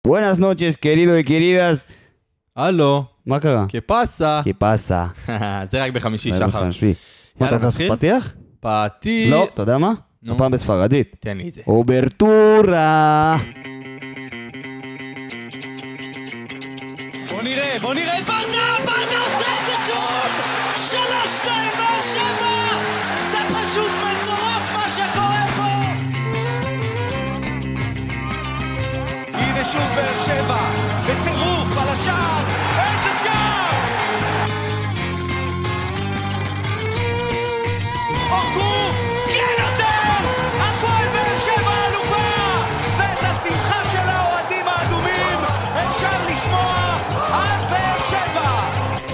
Buenas noches, querido y queridas. הלו. מה קרה? כפסה. כפסה. זה רק בחמישי, שחר. מה, אתה רוצה לעשות פתיח? פתיח. לא, אתה יודע מה? נו. הפעם בספרדית. תן לי את זה. אוברטורה. בוא נראה את ברדה עושה את זה שוב! 3-2 באר שבע! זה פשוט מטורף מה שקורה פה! הנה שוב באר שבע, בטירוף על השער, איזה שער! אורגו, כן יותר! הפועל באר שבע אלופה! ואת השמחה של האוהדים האדומים אפשר לשמוע על באר שבע!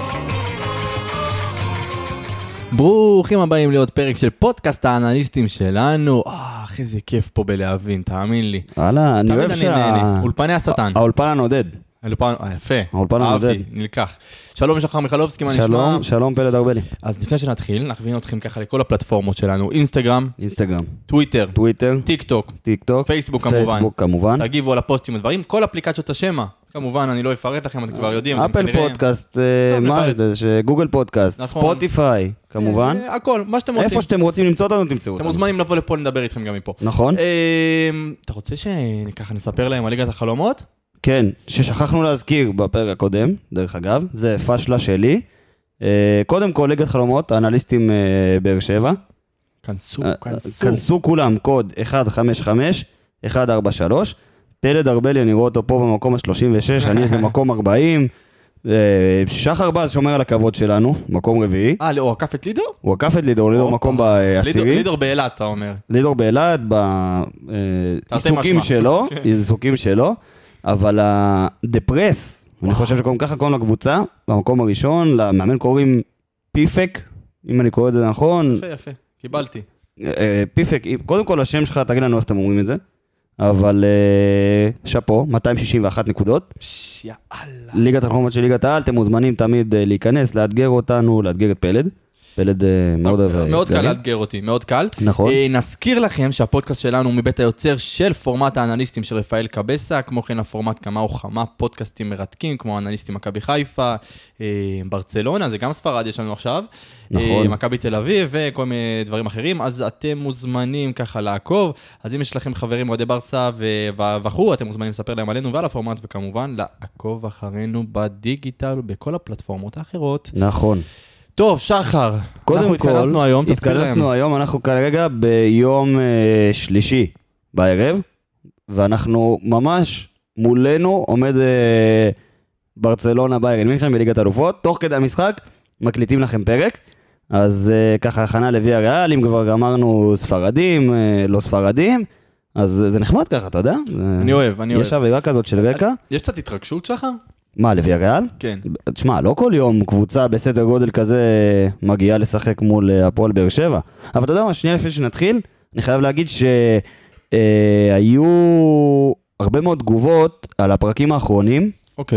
ברוכים הבאים להיות פרק של פודקאסט האנליסטים שלנו. איזה כיף פה בלהבין, תאמין לי. וואלה, אני אוהב תמיד אני נהנה. אולפני השטן. האולפן הנודד. יפה. האולפן הנודד. אהבתי, נלקח. שלום שחר מיכלובסקי, מה נשמע? שלום פלד ארבלי. אז לפני שנתחיל, נכווין אתכם ככה לכל הפלטפורמות שלנו. אינסטגרם, טוויטר, טיק טוק, פייסבוק כמובן. תגיבו על הפוסטים ודברים, כל אפליקציות השמה. כמובן, אני לא אפרט לכם, אתם כבר יודעים. אפל פודקאסט, גוגל פודקאסט, ספוטיפיי, כמובן. הכל, מה שאתם רוצים. איפה שאתם רוצים למצוא אותנו, תמצאו אותנו. אתם מוזמנים לבוא לפה לדבר איתכם גם מפה. נכון. אתה רוצה שככה נספר להם על ליגת החלומות? כן, ששכחנו להזכיר בפרק הקודם, דרך אגב, זה פשלה שלי. קודם כל, ליגת חלומות, האנליסטים באר שבע. כנסו כולם, קוד 155-143. פלד ארבלי, אני רואה אותו פה במקום ה-36, אני איזה מקום 40. שחר בז שומר על הכבוד שלנו, מקום רביעי. הוא עקף את לידור? הוא עקף את לידור, לידור מקום בעשירי. לידור באלת, אתה אומר. לידור באלת, בעיסוקים שלו. אבל הדפרס, אני חושב שקוראים ככה קוראים לקבוצה, במקום הראשון, למאמן קוראים פיפק, אם אני קורא את זה נכון. יפה, קיבלתי. פיפק, קודם כל השם שלך, תגיד לנו איך אתם אומרים את זה, אבל שפו, 261 נקודות. יאללה. ליגת החלומות של ליגת העל, אתם מוזמנים תמיד להיכנס, לאתגר אותנו, לאתגר את פלד. פלד מאוד קל לאתגר אותי, מאוד קל. נכון. נזכיר לכם שהפודקאסט שלנו הוא מבית היוצר של פורמט האנליסטים של רפאל קבסה, כמו כן הפורמט כמה או כמה פודקאסטים מרתקים, כמו אנליסטים מכבי חיפה, ברצלונה, זה גם ספרד יש לנו עכשיו, נכון. מכבי תל אביב וכל מיני דברים אחרים, אז אתם מוזמנים ככה לעקוב, אז אם יש לכם חברים אוהדי ברסה וכו', אתם מוזמנים לספר להם עלינו ועל הפורמט, וכמובן לעקוב אחרינו בדיגיטל ובכל הפלטפורמות האחרות. נכון. טוב, שחר, אנחנו התכנסנו היום, אנחנו כרגע ביום שלישי בערב, ואנחנו ממש מולנו עומד ברצלונה ביירן מינכן בליגת אלופות, תוך כדי המשחק מקליטים לכם פרק, אז ככה הכנה לוויה ריאל, אם כבר אמרנו ספרדים, לא ספרדים, אז זה נחמד ככה, אתה יודע? אני אוהב. יש אווירה כזאת של רקע. יש קצת התרגשות, שחר? מה, לוויה ריאל? כן. תשמע, לא כל יום קבוצה בסדר גודל כזה מגיעה לשחק מול הפועל באר שבע. אבל אתה יודע מה, שנייה לפני שנתחיל, אני חייב להגיד שהיו הרבה מאוד תגובות על הפרקים האחרונים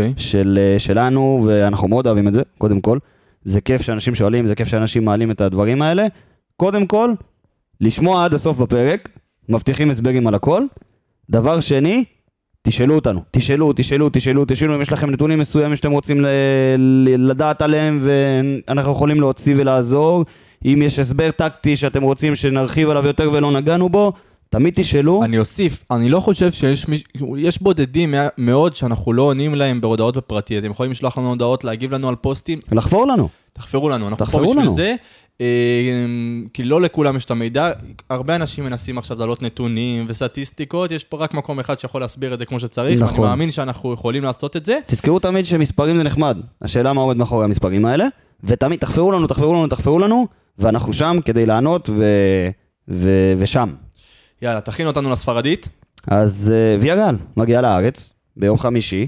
שלנו, ואנחנו מאוד אוהבים את זה, קודם כל. זה כיף שאנשים שואלים, זה כיף שאנשים מעלים את הדברים האלה. קודם כל, לשמוע עד הסוף בפרק, מבטיחים הסברים על הכל. דבר שני, תשאלו אותנו, תשאלו, אם יש לכם נתונים מסוימים שאתם רוצים לדעת עליהם, ואנחנו יכולים להוציא ולעזור. אם יש הסבר טקטי שאתם רוצים שנרחיב עליו יותר ולא נגענו בו, תמיד תשאלו. אני אוסיף, אני לא חושב יש בודדים מאוד שאנחנו לא עונים להם בהודעות בפרטי, אתם יכולים לשלוח לנו הודעות, להגיב לנו על פוסטים. לחפור לנו. תחפרו לנו, אנחנו פה בשביל זה. כי לא לכולם יש את המידע, הרבה אנשים מנסים עכשיו לעלות נתונים וסטטיסטיקות, יש פה רק מקום אחד שיכול להסביר את זה כמו שצריך, ואני מאמין שאנחנו יכולים לעשות את זה. תזכרו תמיד שמספרים זה נחמד, השאלה מה עומד מאחורי המספרים האלה, ותמיד תחפרו לנו, ואנחנו שם כדי לענות ושם. יאללה, תכין אותנו לספרדית. אז ויה ריאל מגיעה לארץ ביום חמישי,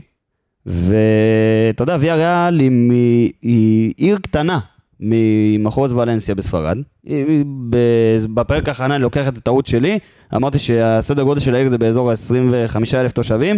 ואתה יודע, ויה ריאל היא עיר קטנה, ממחוז ולנסיה בספרד. בפרק האחרונה אני לוקח את הטעות שלי, אמרתי שהסדר גודל של העיר זה באזור 25,000 תושבים,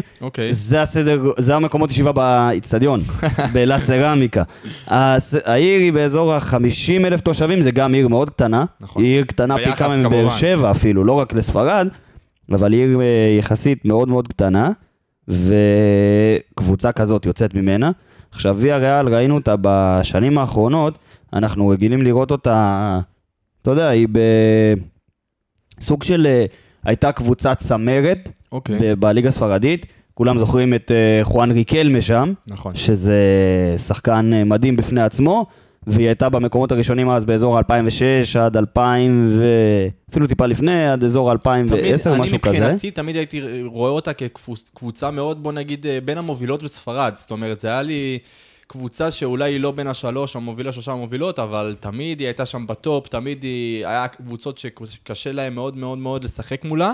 זה המקומות ישיבה באצטדיון, בלה סרמיקה. העיר היא באזור 50,000 תושבים, זה גם עיר מאוד קטנה, היא עיר קטנה פי כמה מבאר שבע אפילו, לא רק לספרד, אבל עיר יחסית מאוד מאוד קטנה, וקבוצה כזאת יוצאת ממנה. עכשיו, ויה ריאל, ראינו אותה בשנים האחרונות, אנחנו רגילים לראות אותה, אתה יודע, היא בסוג של, הייתה קבוצת צמרת בליגה הספרדית, כולם זוכרים את חואן ריקלמה שם, נכון. שזה שחקן מדהים בפני עצמו, והיא הייתה במקומות הראשונים אז באזור 2006 עד 2000, אפילו טיפה לפני, עד אזור 2010, משהו כזה. אני מבחינתי תמיד הייתי רואה אותה כקבוצה מאוד, בוא נגיד, בין המובילות בספרד. זאת אומרת, זה היה לי קבוצה שאולי היא לא בין השלוש, המובילה שלושה המובילות, אבל תמיד היא הייתה שם בטופ, תמיד היא היה קבוצות שקשה להן מאוד מאוד מאוד לשחק מולה,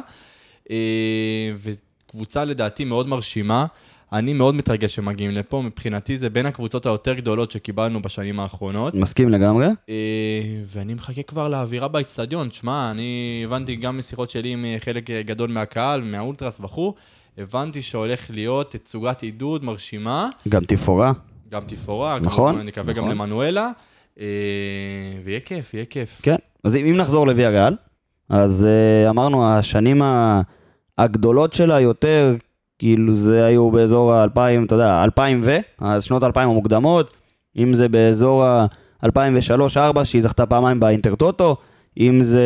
וקבוצה לדעתי מאוד מרשימה. אני מאוד מתרגש שמגיעים לפה, מבחינתי זה בין הקבוצות היותר גדולות שקיבלנו בשנים האחרונות. מסכים לגמרי. ואני מחכה כבר לאווירה באצטדיון. תשמע, אני הבנתי גם משיחות שלי עם חלק גדול מהקהל, מהאולטרס וכו', הבנתי שהולך להיות תצוגת עידוד מרשימה. גם תפאורה. גם תפאורה. נכון. אני מקווה גם למנואלה. ויהיה כיף, יהיה כיף. כן. אז אם נחזור לויה ריאל, אז אמרנו, השנים הגדולות שלה יותר, כאילו זה היו באזור ה-2000, אתה יודע, 2000 אז שנות 2000 המוקדמות, אם זה באזור ה-2003-2004, שהיא זכתה פעמיים באינטרטוטו, אם זה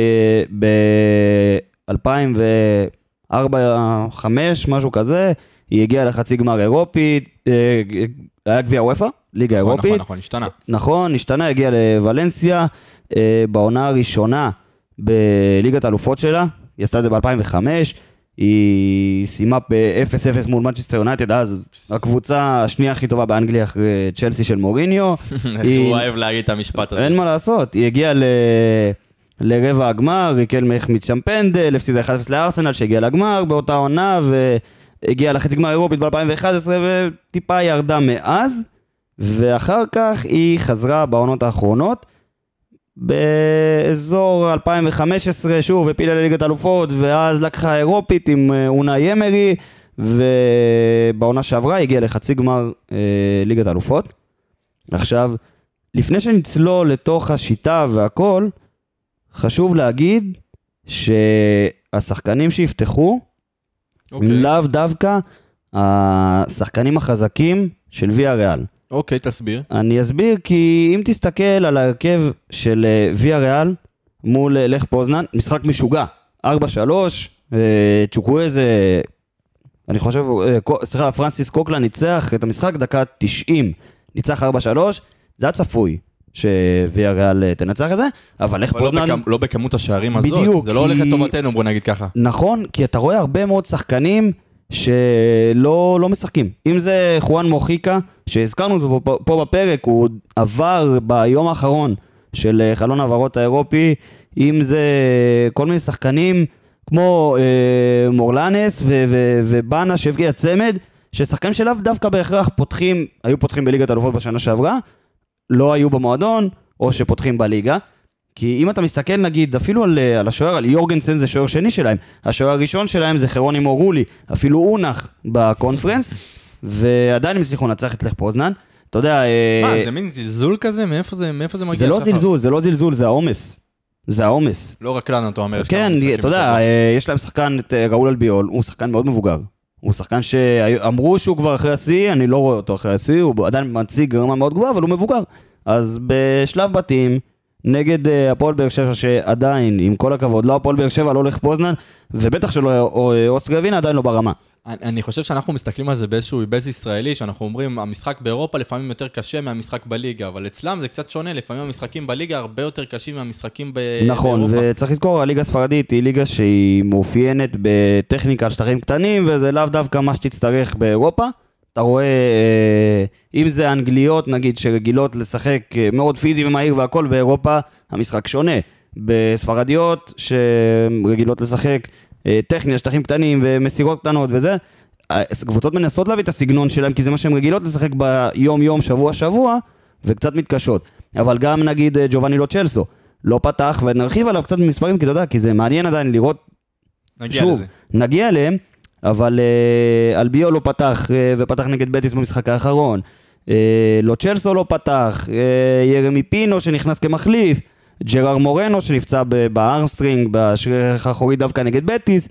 ב-2004-2005, משהו כזה, היא הגיעה לחצי גמר אירופית, היה גביע וופא, ליגה אירופית. נכון, השתנה. נכון, השתנה, הגיעה לוולנסיה, בעונה הראשונה בליגת האלופות שלה, היא עשתה את זה ב-2005, היא סיימה ב-0-0 מול מנצ'סטר יונייטד, אז הקבוצה השנייה הכי טובה באנגליה אחרי צ'לסי של מוריניו. הוא אוהב להגיד את המשפט הזה. אין מה לעשות, היא הגיעה לרבע הגמר, ריקלמה החמיץ שם פנדל, הפסידה 1-0 לארסנל שהגיעה לגמר באותה עונה, והגיעה לחצי גמר אירופית ב-2011, וטיפה ירדה מאז, ואחר כך היא חזרה בעונות האחרונות, באזור 2015, שוב, הפילה לליגת אלופות, ואז לקחה אירופית עם אונאי אמרי, ובעונה שעברה הגיעה לחצי גמר ליגת אלופות. עכשיו, לפני שנצלול לתוך השיטה והכל, חשוב להגיד שהשחקנים שיפתחו, לאו דווקא השחקנים החזקים של ויה ריאל. אוקיי, תסביר. אני אסביר, כי אם תסתכל על ההרכב של ויה ריאל מול לך פוזנן, משחק משוגע, 4-3, צ'וקוויזה, אני חושב, פרנסיס קוקלה ניצח את המשחק דקה 90, ניצח 4-3, זה היה צפוי שוויה ריאל תנצח את זה, אבל לך פוזנן... לא בכמות השערים הזאת, בדיוק, זה לא הולך לטובתנו, בוא נגיד ככה. נכון, כי אתה רואה הרבה מאוד שחקנים שלא משחקים. אם זה חואן מוחיקה, שהזכרנו אותו פה בפרק, הוא עבר ביום האחרון של חלון העברות האירופי, אם זה כל מיני שחקנים כמו מורלנס ובאנה שהבקיע צמד, ששחקנים שלאו דווקא בהכרח היו פותחים בליגת האלופות בשנה שעברה, לא היו במועדון, או שפותחים בליגה. כי אם אתה מסתכל נגיד אפילו על השוער, על יורגנסן זה שוער שני שלהם, השוער הראשון שלהם זה חירוני מורולי, אפילו הוא נח בקונפרנס, ועדיין הם הצליחו לנצח את לך פוזנן. אתה יודע... מה, זה מין זלזול כזה? מאיפה זה מגיע? זה לא זלזול, זה לא זלזול, זה העומס. זה העומס. לא רק לנו, אתה אומר. כן, אתה יודע, יש להם שחקן, את ראול אלביול, הוא שחקן מאוד מבוגר. הוא שחקן שאמרו שהוא כבר אחרי השיא, אני לא רואה אותו אחרי השיא, הוא עדיין מציג רמה מאוד גבוהה, אבל הוא מבוגר. אז בשלב בתים, נגד הפועל באר שבע שעדיין, עם כל הכבוד, לא הפועל באר שבע, לא לך פוזנן, ובטח שלא אוסטריה ווינה, עדיין לא ברמה. אני חושב שאנחנו מסתכלים על זה באיזשהו היבט ישראלי, שאנחנו אומרים, המשחק באירופה לפעמים יותר קשה מהמשחק בליגה, אבל אצלם זה קצת שונה, לפעמים המשחקים בליגה הרבה יותר קשים מהמשחקים באירופה. נכון, וצריך לזכור, הליגה הספרדית היא ליגה שהיא מאופיינת בטכניקה על שטחים קטנים, וזה לאו דווקא מה שתצטרך באירופה. אתה רואה, אם זה אנגליות, נגיד, שרגילות לשחק מאוד פיזי ומהיר והכל, באירופה המשחק שונה. בספרדיות, שרגילות לשחק טכני, שטחים קטנים ומסירות קטנות וזה, קבוצות מנסות להביא את הסגנון שלהם, כי זה מה שהן רגילות לשחק ביום-יום, שבוע-שבוע, וקצת מתקשות. אבל גם נגיד ג'ובאני לו צ'לסו, לא פתח, ונרחיב עליו קצת במספרים, כי אתה יודע, כי זה מעניין עדיין לראות, שוב, נגיע אליהם, אבל אלביו לא פתח, ופתח נגד בטיס במשחק האחרון, לו צ'לסו לא פתח, ירמי פינו שנכנס כמחליף, ג'רר מורנו שנפצע בארמסטרינג, בשריך האחורי דווקא נגד בטיס,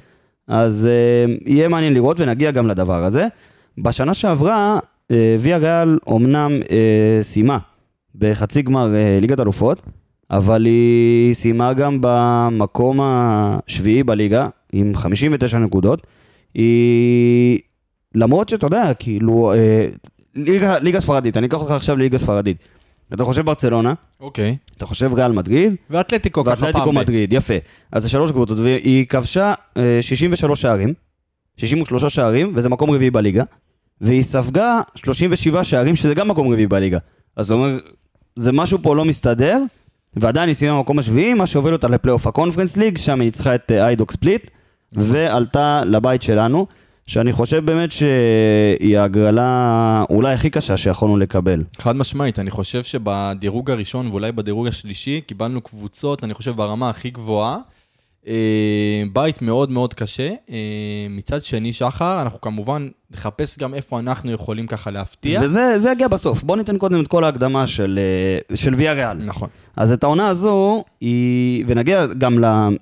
אז יהיה מעניין לראות ונגיע גם לדבר הזה. בשנה שעברה, ויה ריאל אומנם סיימה בחצי גמר ליגת אלופות, אבל היא סיימה גם במקום השביעי בליגה, עם 59 נקודות. היא, למרות שאתה יודע, כאילו, ליגה ספרדית, אני אקח אותך עכשיו לליגה ספרדית. אתה חושב ברצלונה, אוקיי. אתה חושב ריאל מדריד, ואתלטיקו ככה פעם. ואתלטיקו מדריד, יפה. אז זה 3 קבוצות, והיא כבשה 63 שערים, 63 שערים, וזה מקום רביעי בליגה, והיא ספגה 37 שערים, שזה גם מקום רביעי בליגה. אז זאת אומרת, זה משהו פה לא מסתדר, ועדיין היא סיימה במקום השביעי, מה שהוביל אותה לפלייאוף הקונפרנס ליג, שם היא ניצחה את איידוק ספליט, ועלתה לבית שלנו, שאני חושב באמת שהיא הגרלה אולי הכי קשה שיכולנו לקבל. חד משמעית, אני חושב שבדירוג הראשון ואולי בדירוג השלישי, קיבלנו קבוצות, אני חושב ברמה הכי גבוהה, בית מאוד מאוד קשה. מצד שני, שחר, אנחנו כמובן נחפש גם איפה אנחנו יכולים ככה להפתיע. וזה יגיע בסוף. בוא ניתן קודם את כל ההקדמה של ויה ריאל. נכון. אז את העונה הזו, ונגיע גם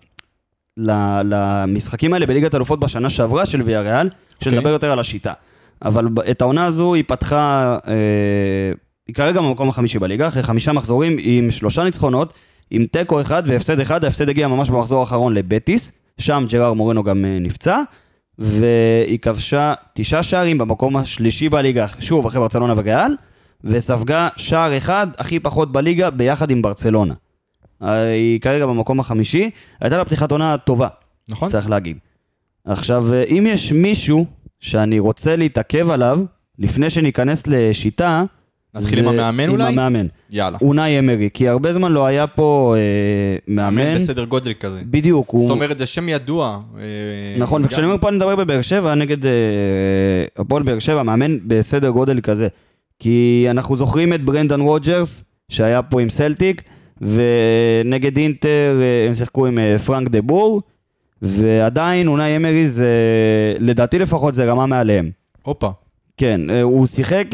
למשחקים האלה בליגת אלופות בשנה שעברה של ויה ריאל, שנדבר יותר על השיטה. אבל את העונה הזו היא פתחה, היא כרגע במקום החמישי בליגה, אחרי 5 מחזורים עם 3 ניצחונות, עם טקו 1 והפסד 1, ההפסד הגיע ממש במחזור האחרון לבטיס, שם ג'ראר מורנו גם נפצע, והיא כבשה 9 שערים במקום השלישי בליגה, שוב אחרי ברצלונה וריאל, וספגה שער 1 הכי פחות בליגה ביחד עם ברצלונה. היא כרגע במקום החמישי, הייתה לה פתיחת עונה טובה, נכון? צריך להגיד. עכשיו, אם יש מישהו שאני רוצה להתעכב עליו, לפני שניכנס לשיטה, נתחיל עם המאמן אולי? עם המאמן. יאללה. אונאי אמרי, כי הרבה זמן לא היה פה מאמן. בסדר גודל כזה. בדיוק. זאת אומרת, זה שם ידוע. נכון, וכשאני אומר פה אני מדבר בבאר שבע, נגד הפועל באר שבע, מאמן בסדר גודל כזה. כי אנחנו זוכרים את ברנדן רוג'רס, שהיה פה עם סלטיק, ונגד אינטר הם שיחקו עם פרנק דה בור, ועדיין אונאי אמרי זה, לדעתי לפחות זה רמה מעליהם. הופה. כן, הוא שיחק,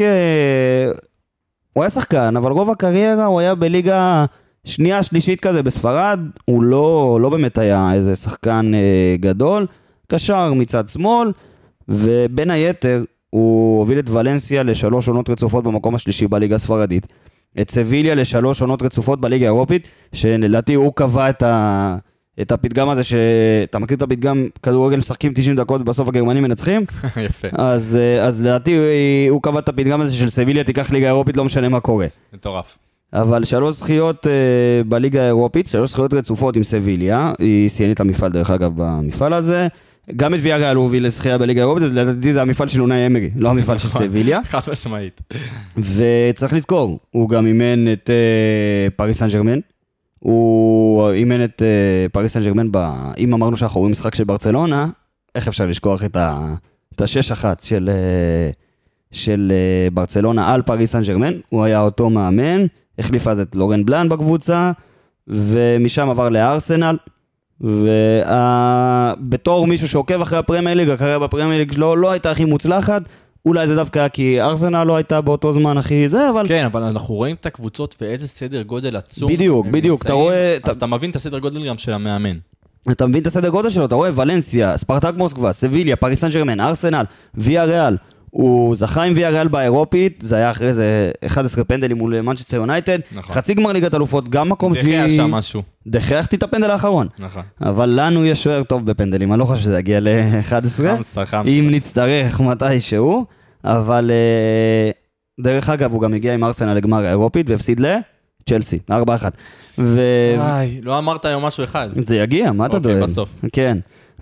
הוא היה שחקן, אבל רוב הקריירה הוא היה בליגה שנייה, שלישית כזה בספרד, הוא לא באמת היה איזה שחקן גדול, קשר מצד שמאל, ובין היתר הוא הוביל את ולנסיה ל3 עונות רצופות במקום השלישי בליגה הספרדית, את סביליה ל3 עונות רצופות בליגה האירופית, שלדעתי הוא קבע את הפתגם הזה, שאתה מכיר את הפתגם, כדורגל משחקים 90 דקות ובסוף הגרמנים מנצחים? יפה. אז לדעתי הוא קבע את הפתגם הזה של סביליה תיקח ליגה האירופית, לא משנה מה קורה. מטורף. אבל 3 זכיות בליגה האירופית, 3 זכיות רצופות עם סביליה, היא שיאנית למפעל דרך אגב במפעל הזה, גם את ויה ריאל הוא הוביל לזכייה בליגה האירופית, אז לדעתי זה המפעל של אונאי אמרי, לא המפעל של סביליה. חד משמעית. וצריך לזכור, הוא גם אימן את פריס סן ז'רמן, הוא אימן את פריס סן ז'רמן, אם אמרנו שאנחנו רואים משחק של ברצלונה, איך אפשר לשכוח את ה-6-1 של ברצלונה על פריס סן ז'רמן, הוא היה אותו מאמן, החליף אז את לורן בלאן בקבוצה, ומשם עבר לארסנל, ובתור מישהו שעוקב אחרי הפרמייר ליג, הקריירה בפרמייר ליג שלו לא הייתה הכי מוצלחת, אולי זה דווקא כי ארסנל לא הייתה באותו זמן הכי זה, אבל... כן, אבל אנחנו רואים את הקבוצות ואיזה סדר גודל עצום. בדיוק, אתה רואה... אז אתה מבין את הסדר גודל גם של המאמן. אתה מבין את הסדר גודל שלו, אתה רואה ולנסיה, ספרטק מוסקבה, סביליה, פריס סן ז'רמן, ארסנל, ויה ריאל, הוא זכה עם ויה ריאל באירופית, זה היה אחרי זה 11 פנדלים מול מנצ'סטר יונייטד, חצי גמר ליגת אלופות, גם מקום דחיה שם משהו. דחיה את הפנדל האחרון. נכון. אבל לנו יש שוער טוב בפנדלים, אני לא חושב שזה יגיע ל-11, אם נצטרך מתישהו, אבל דרך אגב הוא גם הגיע עם ארסנל לגמר האירופית, והפסיד לצ'לסי, 4-1. לא אמרת היום משהו אחד. זה יגיע, מה אתה דואג? אוקיי, בסוף. כן,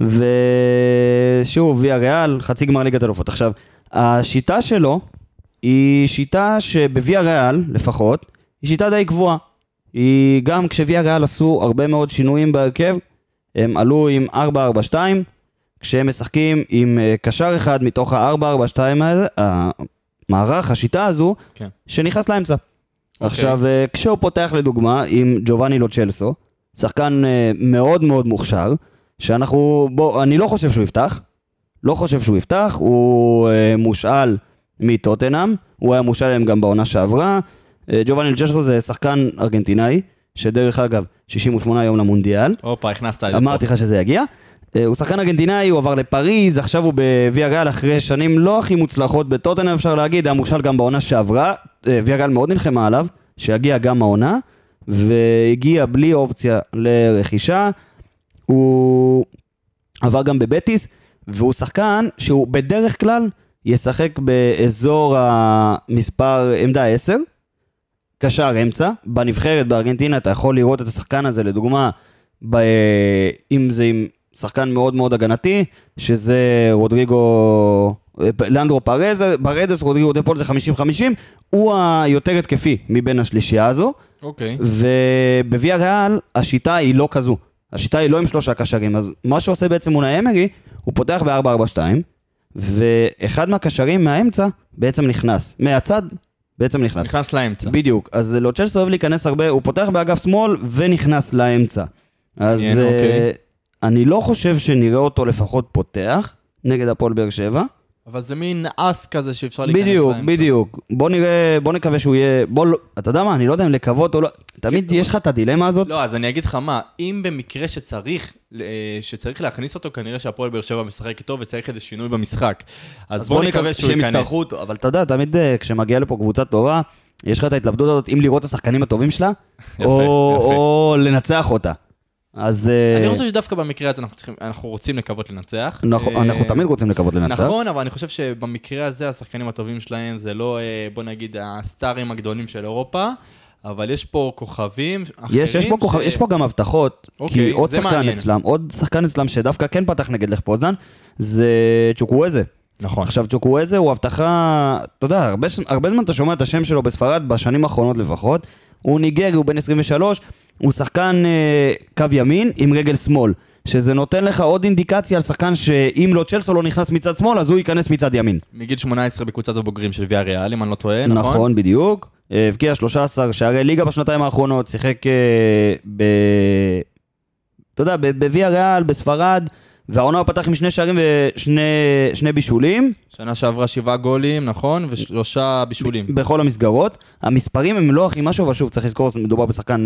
ושוב, ויה ריאל, חצי גמר ליגת אלופות. עכשיו, השיטה שלו היא שיטה שבוויה ריאל, לפחות, היא שיטה די קבועה. היא גם כשוויה ריאל עשו הרבה מאוד שינויים בהרכב, הם עלו עם 4-4-2, כשהם משחקים עם קשר אחד מתוך ה-4-4-2 הזה, המערך, השיטה הזו, כן. שנכנס לאמצע. עכשיו, כשהוא פותח לדוגמה עם ג'ובאני לו צ'לסו, שחקן מאוד מאוד מוכשר, אני לא חושב שהוא יפתח, הוא מושאל מטוטנהאם, הוא היה מושאל להם גם בעונה שעברה, ג'ובאני לו צ'לסו זה שחקן ארגנטינאי, שדרך אגב, 68 יום למונדיאל. הכנסת. אמרתי לך שזה יגיע. הוא שחקן ארגנטינאי, הוא עבר לפריז, עכשיו הוא בוויה ריאל אחרי שנים לא הכי מוצלחות בטוטנהאם, אפשר להגיד, היה מושל גם בעונה שעברה, וויה ריאל מאוד נלחמה עליו, שיגיע גם העונה, והגיע בלי אופציה לרכישה, הוא עבר גם בבטיס, והוא שחקן שהוא בדרך כלל ישחק באזור המספר עמדה 10, קשר אמצע, בנבחרת בארגנטינה אתה יכול לראות את השחקן הזה, לדוגמה, אם זה עם שחקן מאוד מאוד הגנתי, שזה רודריגו, לנדרו פרדס, רודריגו דפול זה 50-50, הוא היותר התקפי מבין השלישייה הזו, ובוויה ריאל השיטה היא לא כזו, השיטה היא לא עם 3 קשרים, אז מה שעושה בעצם אונאי אמרי, הוא פותח ב-4-4-2, ואחד מהקשרים מהאמצע בעצם נכנס, מהצד בעצם נכנס לאמצע. בדיוק, אז לו צ'לסי אוהב להיכנס הרבה, הוא פותח באגף שמאל ונכנס לאמצע. אז אני לא חושב שנראה אותו לפחות פותח נגד הפועל באר שבע. אבל זה מין אס כזה שאפשר להיכנס באמצע. בדיוק. בוא נקווה שהוא יהיה, אתה יודע מה, אני לא יודע אם לקוות או לא, תמיד יש לך את הדילמה הזאת. לא, אז אני אגיד לך מה, אם במקרה שצריך להכניס אותו, כנראה שהפועל באר שבע משחק איתו וצריך איזה שינוי במשחק. אז בוא נקווה שהוא ייכנס. אבל אתה יודע, תמיד כשמגיע לפה קבוצה טובה, יש לך את ההתלבטות הזאת, אם לראות את השחקנים הטובים שלה, או לנצח אותה. אני חושב שדווקא במקרה הזה אנחנו רוצים לקוות לנצח. אנחנו תמיד רוצים לקוות לנצח. נכון, אבל אני חושב שבמקרה הזה השחקנים הטובים שלהם זה לא, בוא נגיד, הסטארים הגדולים של אירופה, אבל יש פה כוכבים אחרים. יש פה גם הבטחות, כי עוד שחקן אצלם שדווקא כן פתח נגד לך פוזנן, זה צ'וקוויזה. נכון. עכשיו צ'וקוויזה הוא הבטחה, אתה יודע, הרבה זמן אתה שומע את השם שלו בספרד, בשנים האחרונות לפחות, הוא ניגרי, הוא בן 23, הוא שחקן קו ימין עם רגל שמאל, שזה נותן לך עוד אינדיקציה על שחקן שאם לא צ'לסי לא נכנס מצד שמאל, אז הוא ייכנס מצד ימין. מגיל 18 בקבוצת הבוגרים של ויה ריאל, אם אני לא טועה, נכון? נכון, בדיוק. הבקיע 13 שערי ליגה בשנתיים האחרונות, שיחק אתה יודע, בוויה ריאל, בספרד, והעונה הוא פתח עם 2 שערים ו2 בישולים. שנה שעברה 7 גולים, נכון? ו3 בישולים. בכל המסגרות. המספרים הם לא הכי משהו, אבל שוב, צריך לזכור, מדובר בשחקן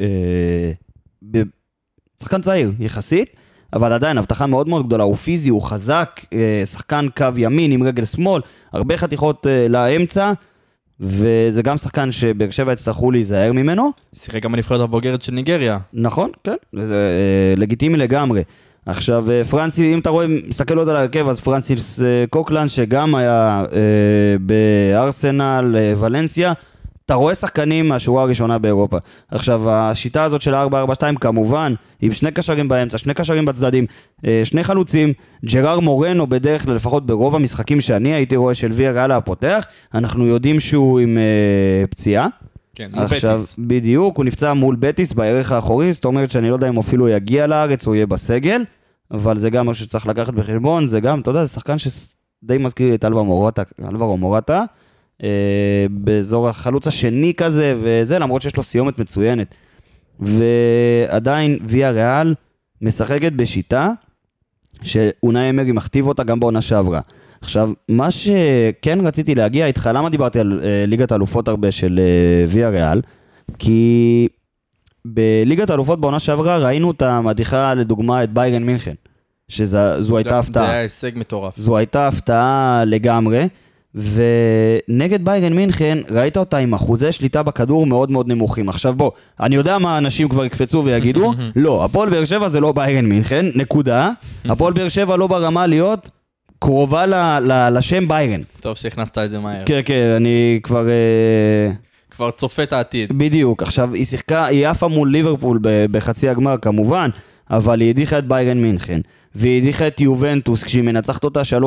צעיר יחסית, אבל עדיין, הבטחה מאוד מאוד גדולה. הוא פיזי, הוא חזק, שחקן קו ימין עם רגל שמאל, הרבה חתיכות לאמצע, וזה גם שחקן שבאר שבע הצטרכו להיזהר ממנו. שיחק גם הנבחרת הבוגרת של ניגריה. נכון, כן. זה לגיטימי לגמרי. עכשיו, פרנסיס, אם אתה רואה, מסתכל עוד על הרכב, אז פרנסיס קוקלן, שגם היה בארסנל, ולנסיה, אתה רואה שחקנים מהשורה הראשונה באירופה. עכשיו, השיטה הזאת של 4-4-2, כמובן, עם 2 קשרים באמצע, 2 קשרים בצדדים, 2 חלוצים, ג'רר מורנו בדרך כלל, לפחות ברוב המשחקים שאני הייתי רואה של ויה ריאל הפותח, אנחנו יודעים שהוא עם פציעה. כן, מול עכשיו, בטיס. בדיוק, הוא נפצע מול בטיס בערך האחורי, זאת אומרת שאני לא יודע אם אפילו יגיע לארץ או יהיה בסגל, אבל זה גם מה שצריך לקחת בחשבון, זה גם, אתה יודע, זה שחקן שדי מזכיר את אלברו מורטה, באזור החלוץ השני כזה, וזה, למרות שיש לו סיומת מצוינת. ועדיין ויה ריאל משחקת בשיטה, שאונאי אמרי מכתיב אותה גם בעונה שעברה. עכשיו, מה שכן רציתי להגיע איתך, למה דיברתי על ליגת האלופות הרבה של ויה ריאל? כי בליגת האלופות בעונה שעברה ראינו את המדיחה לדוגמה את ביירן מינכן, שזו הייתה הפתעה. זה היה הישג מטורף. זו הייתה הפתעה לגמרי, ונגד ביירן מינכן ראית אותה עם אחוזי שליטה בכדור מאוד מאוד נמוכים. עכשיו בוא, אני יודע מה אנשים כבר יקפצו ויגידו, לא, הפועל באר שבע זה לא ביירן מינכן, נקודה. הפועל באר שבע לא ברמה להיות קרובה לשם ביירן. טוב שהכנסת את זה מהר. כן, כן, אני כבר צופה את העתיד. בדיוק, עכשיו היא שיחקה, היא עפה מול ליברפול בחצי הגמר כמובן, אבל היא הדיחה את ביירן מינכן, והיא הדיחה את יובנטוס כשהיא מנצחת אותה 3-0.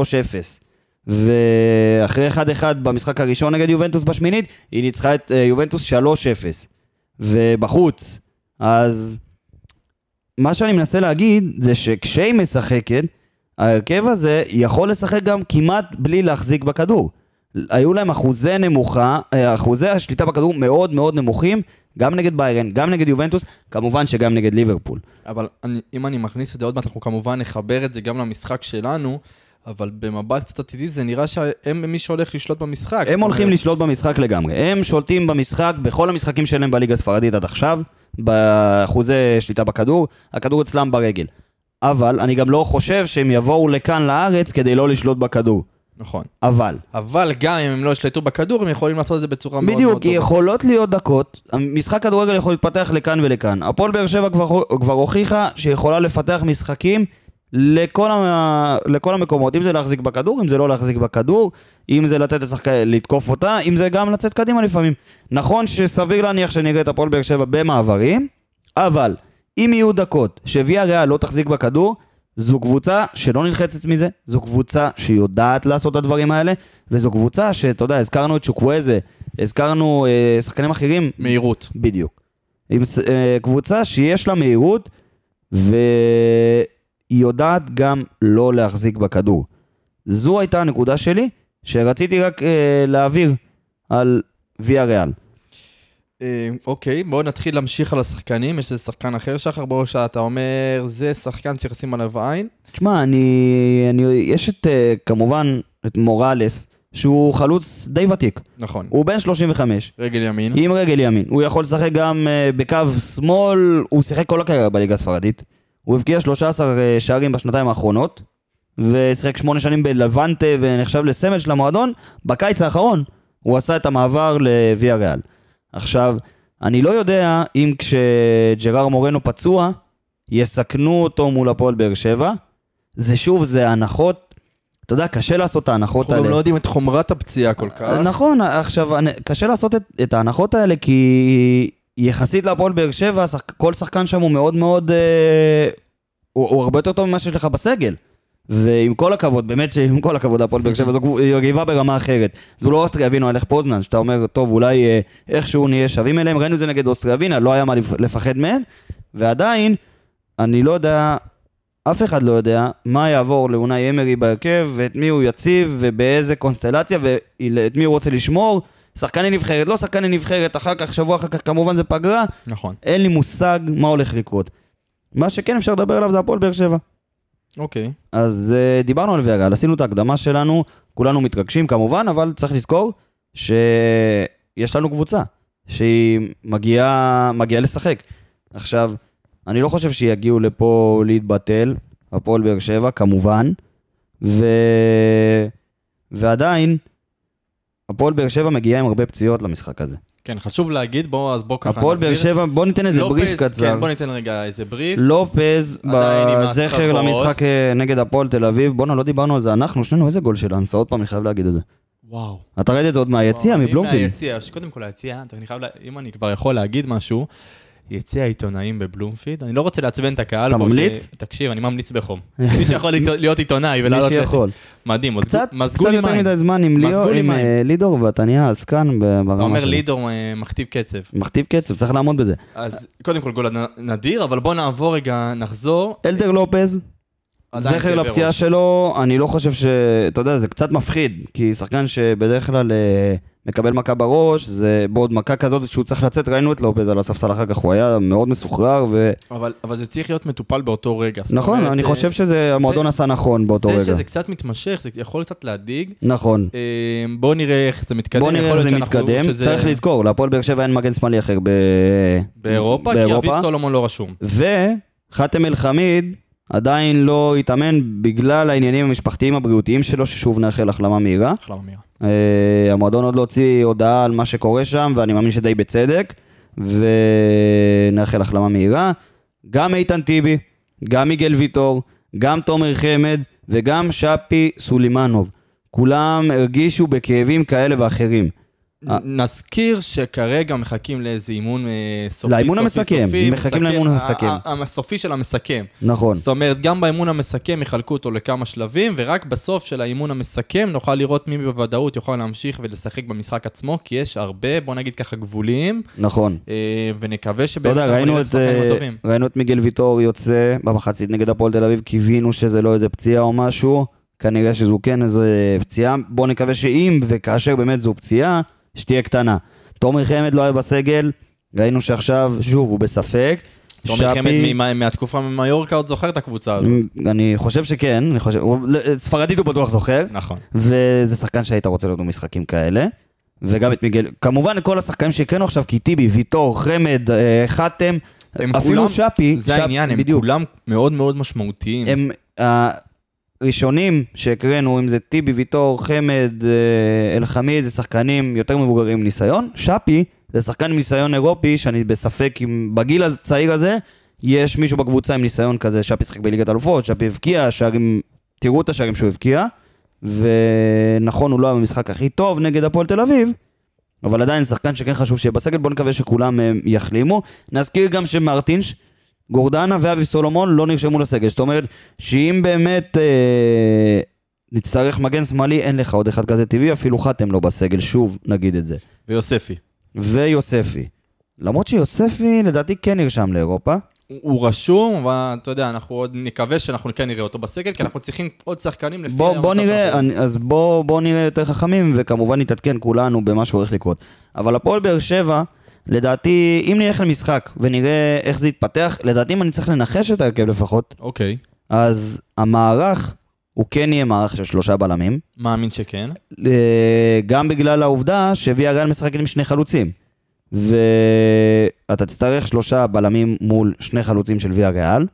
ואחרי 1-1 במשחק הראשון נגד יובנטוס בשמינית, היא ניצחה את יובנטוס 3-0. ובחוץ. אז מה שאני מנסה להגיד זה שכשהיא משחקת, ההרכב הזה יכול לשחק גם כמעט בלי להחזיק בכדור. היו להם אחוזי השליטה בכדור מאוד מאוד נמוכים, גם נגד ביירן, גם נגד יובנטוס, כמובן שגם נגד ליברפול. אבל אם אני מכניס את זה עוד מעט, אנחנו כמובן נחבר את זה גם למשחק שלנו, אבל במבט קצת עתידי זה נראה שהם מי שהולך לשלוט במשחק. הם הולכים לשלוט במשחק לגמרי. הם שולטים במשחק בכל המשחקים שלהם בליגה הספרדית עד עכשיו, באחוזי שליטה בכדור, הכדור אצלם ברגל. אבל אני גם לא חושב שהם יבואו לכאן לארץ כדי לא לשלוט בכדור. נכון. אבל גם אם הם לא ישלטו בכדור, הם יכולים לעשות את זה בצורה מאוד מאוד בדיוק, טובה. יכולות להיות דקות, משחק כדורגל יכול להתפתח לכאן ולכאן. הפועל באר שבע כבר הוכיחה שיכולה לפתח משחקים לכל המקומות, אם זה להחזיק בכדור, אם זה לא להחזיק בכדור, אם זה לתת לתקוף אותה, אם זה גם לצאת קדימה לפעמים. נכון שסביר להניח שנראה את הפועל באר שבע במעברים, אבל אם יהיו דקות שוויאריאל לא תחזיק בכדור, זו קבוצה שלא נלחצת מזה, זו קבוצה שיודעת לעשות את הדברים האלה, וזו קבוצה שאתה יודע, הזכרנו את שוקוויזה, הזכרנו שחקנים אחרים. מהירות. בדיוק. קבוצה שיש לה מהירות, והיא יודעת גם לא להחזיק בכדור. זו הייתה הנקודה שלי, שרציתי רק להעביר על ויאריאל. אוקיי, בואו נתחיל להמשיך על השחקנים. יש איזה שחקן אחר, שחר, בואו שאתה אומר, זה שחקן שרצים עליו עין. תשמע, יש את, כמובן, את מורלס, שהוא חלוץ די ותיק. נכון. הוא בן 35. רגל ימין. עם רגל ימין. הוא יכול לשחק גם בקו שמאל, הוא שיחק כל הקריירה בליגה הספרדית. הוא הבקיע 13 שערים בשנתיים האחרונות, ושיחק 8 שנים בלוונטה, ונחשב לסמל של המועדון. בקיץ האחרון, הוא עשה את המעבר לוויאריאל. עכשיו, אני לא יודע אם כשג'רר מורנו פצוע, יסכנו אותו מול הפועל באר שבע. זה הנחות, אתה יודע, קשה לעשות את ההנחות האלה. אנחנו לא יודעים את חומרת הפציעה כל כך. נכון, עכשיו, קשה לעשות את ההנחות האלה, כי יחסית להפועל באר שבע, כל שחקן שם הוא מאוד מאוד, הוא הרבה יותר טוב ממה שיש לך בסגל. ועם כל הכבוד, באמת שעם כל הכבוד הפועל באר שבע, זו גיבה ברמה אחרת. זו לא אוסטריה ווינה, הלך פוזנן, שאתה אומר, טוב, אולי איכשהו נהיה שווים אליהם, ראינו זה נגד אוסטריה ווינה, לא היה מה לפחד מהם, ועדיין, אני לא יודע, אף אחד לא יודע, מה יעבור לאונאי אמרי בהרכב, ואת מי הוא יציב, ובאיזה קונסטלציה, ואת מי הוא רוצה לשמור, שחקני נבחרת, לא שחקני נבחרת, אחר כך, שבוע אחר כך, כמובן זה פגרה, נכון. אין לי מושג מה הולך לקרות. מה שכן אפשר לדבר עליו זה הפועל באר שבע. אוקיי. אז דיברנו על ויאריאל, עשינו את ההקדמה שלנו, כולנו מתרגשים כמובן, אבל צריך לזכור שיש לנו קבוצה שהיא מגיעה לשחק. עכשיו, אני לא חושב שיגיעו לפה להתבטל, הפועל באר שבע כמובן, ועדיין הפועל באר שבע מגיעה עם הרבה פציעות למשחק הזה. כן, חשוב להגיד, בוא ככה הפועל באר שבע, בוא ניתן איזה בריף קצר. כן, בוא ניתן רגע איזה בריף. לופז בזכר למשחק נגד הפועל תל אביב, בואו לא דיברנו על זה, אנחנו שנינו איזה גול של אנסה, עוד פעם אני חייב להגיד את זה. וואו. אתה ראית את זה עוד מהיציאה, מבלומפילד? מהיציאה, קודם כל היציאה, אם אני כבר יכול להגיד משהו, יציאה עיתונאים בבלומפילד, אני לא רוצה לעצבן את הקהל. אתה ממליץ? תקשיב, אני ממליץ בחום. מי שיכול להיות עיתונאי ולעלות... מי שיכול. מדהים, קצת יותר מדי זמן עם לידור, ואתה נהיה עסקן ברמה שלו. אתה אומר לידור מכתיב קצב. מכתיב קצב, צריך לעמוד בזה. אז קודם כל גול נדיר, אבל בוא נעבור רגע, נחזור. אלדר לופז, זכר לפציעה שלו, אני לא חושב אתה יודע, זה קצת מפחיד, כי שחקן שבדרך כלל מקבל מכה בראש, זה בעוד מכה כזאת שהוא צריך לצאת, ראינו את לופז על הספסל אחר כך, הוא היה מאוד מסוחרר אבל זה צריך להיות מטופל באותו רגע. נכון, אני חושב שזה המועדון עשה נכון באותו רגע. זה שזה קצת מתמשך, זה יכול קצת להדיג. נכון. בואו נראה איך זה מתקדם. בואו נראה איך זה מתקדם, צריך לזכור, להפועל באר שבע אין מגן שמאלי אחר באירופה, כי אביב סולומון לא רשום. וחאתם אל חמיד עדיין לא התאמן בגלל העניינים המשפחתיים הבריאותיים שלו, ששוב נאחל החלמה מהירה. החלמה מהירה. המועדון עוד לא הוציא הודעה על מה שקורה שם, ואני מאמין שדי בצדק, ונאחל החלמה מהירה. גם איתן טיבי, גם מיגל ויטור, גם תומר חמד, וגם שפי סולימנוב. כולם הרגישו בכאבים כאלה ואחרים. נזכיר שכרגע מחכים לאיזה אימון סופי. לאימון המסכם, מחכים לאימון המסכם. הסופי של המסכם. נכון. זאת אומרת, גם באימון המסכם יחלקו אותו לכמה שלבים, ורק בסוף של האימון המסכם נוכל לראות מי בוודאות יוכל להמשיך ולשחק במשחק עצמו, כי יש הרבה, בוא נגיד ככה, גבולים. נכון. ונקווה שבאמת ראינו את מיגל ויטור יוצא במחצית נגד הפועל תל אביב, קיווינו שזה לא איזה פציעה או משהו, כנראה שזו כן איזו פציעה. בוא נקווה שאם וכאשר באמת זו פציעה, שתהיה קטנה. תומר חמד לא היה בסגל, ראינו שעכשיו, שוב, הוא בספק. תומר חמד מהתקופה ממיורקה עוד זוכר את הקבוצה הזאת. אני חושב שכן, ספרדית הוא בטוח זוכר. נכון. וזה שחקן שהיית רוצה לראות במשחקים כאלה. וגם את מיגל, כמובן כל השחקנים שהקראנו עכשיו, כי טיבי, ויטור, חמד, חתם, הם אפילו כולם, שפי, זה העניין, הם בדיוק. כולם מאוד מאוד משמעותיים. הם הראשונים שהקראנו, אם זה טיבי, ויטור, חמד, אלחמיד, זה שחקנים יותר מבוגרים ניסיון. שפי זה שחקן עם ניסיון אירופי, שאני בספק אם בגיל הצעיר הזה, יש מישהו בקבוצה עם ניסיון כזה. שפי שחק בליגת אלופות, שפי הבקיע, שערים, תראו את השערים שהוא הבקיע, ונכון, הוא לא היה במשחק הכי טוב נגד הפועל תל אביב, אבל עדיין שחקן שכן חשוב שיהיה בסגל. בוא נקווה שכולם יחלימו. נזכיר גם שמרטינש, גורדנה ואבי סולומון לא נרשמו לסגל. זאת אומרת שאם באמת נצטרך מגן שמאלי, אין לך עוד אחד כזה טבעי, אפילו חתם לא בסגל, שוב נגיד את זה. ויוספי. ויוספי. למרות שיוספי לדעתי כן נרשם לאירופה. הוא רשום, אבל אתה יודע, אנחנו עוד נקווה שאנחנו כן נראה אותו בסגל, כי אנחנו צריכים עוד שחקנים לפי בוא נראה, אז בוא נראה יותר חכמים, וכמובן נתעדכן כולנו במה שהולך לקרות. אבל הפועל באר שבע, לדעתי, אם נלך למשחק ונראה איך זה יתפתח, לדעתי אם אני צריך לנחש את ההרכב לפחות, אוקיי. אז המערך הוא כן יהיה מערך של 3 בלמים. מאמין שכן. גם בגלל העובדה שוויה ריאל משחקת עם 2 חלוצים. ואתה תצטרך 3 בלמים מול 2 חלוצים של ויה ריאל.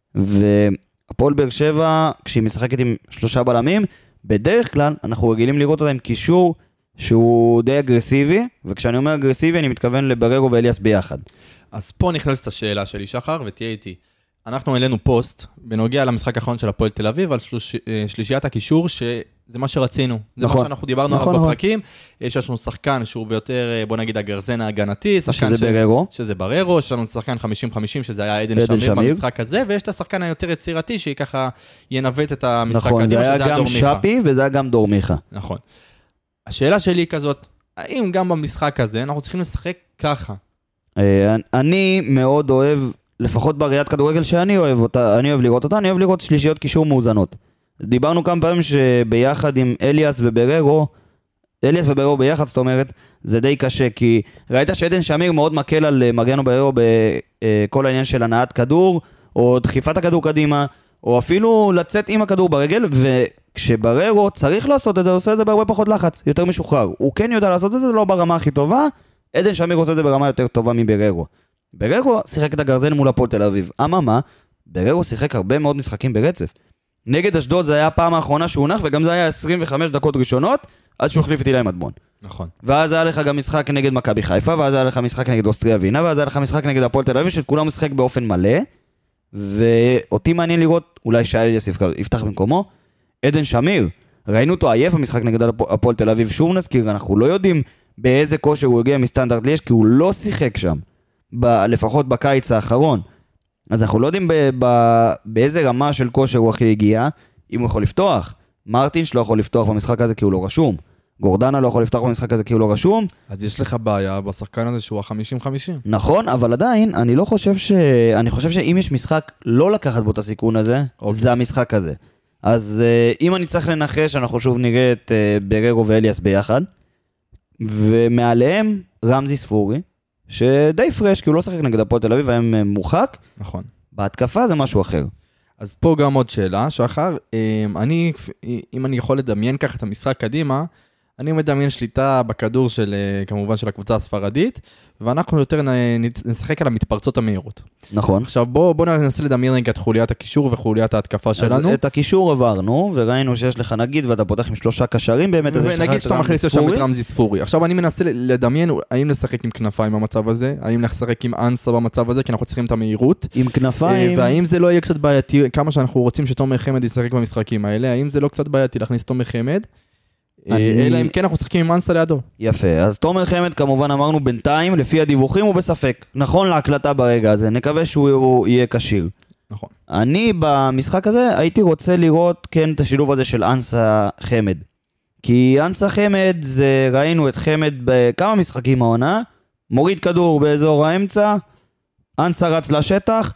והפועל באר שבע, כשהיא משחקת עם 3 בלמים, בדרך כלל אנחנו רגילים לראות אותה עם קישור שהוא די אגרסיבי, וכשאני אומר אגרסיבי אני מתכוון לבררו ואליאס ביחד. אז פה נכנסת השאלה שלי, שחר, ותהיה איתי. אנחנו העלינו פוסט בנוגע למשחק האחרון של הפועל תל אביב, על שלישיית הקישור, שזה מה שרצינו. זה מה שאנחנו דיברנו עליו בפרקים. יש לנו שחקן שהוא ביותר, בוא נגיד, הגרזן ההגנתי, שזה בררו, יש לנו שחקן 50-50, שזה היה עדן שמיר במשחק הזה, ויש את השחקן היותר יצירתי, שהיא ככה ינווט את המשחק נכון, הזה, זה היה גם שפי וזה היה גם דור מיכה. נכון. השאלה שלי היא כזאת, האם גם במשחק הזה אנחנו צריכים לשחק ככה? אני מאוד אוהב, לפחות בראיית כדורגל שאני אוהב אותה, אני אוהב לראות אותה, אני אוהב לראות שלישיות קישור מאוזנות. דיברנו כמה פעמים שביחד עם אליאס ובררו ביחד, זאת אומרת, זה די קשה, כי ראית שעדן שמיר מאוד מקל על מגנו בררו בכל העניין של הנעת כדור, או דחיפת הכדור קדימה, או אפילו לצאת עם הכדור ברגל, וכשבררו צריך לעשות את זה, הוא עושה את זה בהרבה פחות לחץ, יותר משוחרר. הוא כן יודע לעשות את זה, לא ברמה הכי טובה, עדן שמיר עושה את זה ברמה יותר טובה מבררו. בררו שיחק את הגרזן מול הפועל תל אביב. אממה, בררו שיחק הרבה מאוד משחקים ברצף. נגד אשדוד זה היה הפעם האחרונה שהוא נח, וגם זה היה 25 דקות ראשונות, עד שהוא החליף את אילי מדמון. נכון. ואז היה לך גם משחק נגד מכבי חיפה, ואז היה לך משחק נגד אוסטריה ווינה, ואז היה לך משחק נגד הפועל תל אביב, שכולם משחק באופן מלא, ואותי מעניין לראות, אולי שאליאס יפתח במקומו, עדן שמיר, ראינו אותו עייף במשחק נגד הפועל תל אביב, שוב נזכיר, אנחנו לא יודעים באיזה כושר הוא הגיע מסטנדרט ליש, כי הוא לא שיחק שם, לפחות בקיץ האחרון. אז אנחנו לא יודעים באיזה רמה של כושר הוא הכי הגיע, אם הוא יכול לפתוח. מרטינש לא יכול לפתוח במשחק הזה כי הוא לא רשום. גורדנה לא יכול לפתוח במשחק הזה כי הוא לא רשום. אז יש לך בעיה בשחקן הזה שהוא ה-50-50. נכון, אבל עדיין, אני חושב שאם יש משחק לא לקחת בו את הסיכון הזה, זה המשחק הזה. אז אם אני צריך לנחש, אנחנו שוב נראה את בררו ואליאס ביחד, ומעליהם רמזי ספורי, שדי פרש, כי הוא לא שחק נגד הפועל תל אביב, והם מורחק. נכון. בהתקפה זה משהו אחר. אז פה גם עוד שאלה, שחר, אם אני יכול לדמיין ככה את המשחק קדימה, אני מדמיין שליטה בכדור של, כמובן של הקבוצה הספרדית, ואנחנו יותר נשחק על המתפרצות המהירות. נכון. עכשיו בוא ננסה לדמיין רגע את חוליית הקישור וחוליית ההתקפה שלנו. אז את הקישור עברנו, וראינו שיש לך נגיד, ואתה פותח עם 3 קשרים באמת. ונגיד שאתה מכניס לשם את רמזי ספורי. עכשיו אני מנסה לדמיין, האם לשחק עם כנפיים במצב הזה, האם לשחק עם אנסה במצב הזה, כי אנחנו צריכים את המהירות. עם כנפיים. והאם זה לא יהיה קצת בעייתי, כמה שאנחנו רוצים שתומר חמד ישחק במשחקים האלה, האם זה לא קצת בעייתי להכניס תומר חמד? אלא אם כן אנחנו משחקים עם אנסה לידו. יפה, אז תומר חמד כמובן אמרנו בינתיים, לפי הדיווחים הוא בספק. נכון להקלטה ברגע הזה, נקווה שהוא יהיה קשיר. נכון. אני במשחק הזה הייתי רוצה לראות כן את השילוב הזה של אנסה חמד. כי אנסה חמד, ראינו את חמד בכמה משחקים העונה, מוריד כדור באזור האמצע, אנסה רץ לשטח,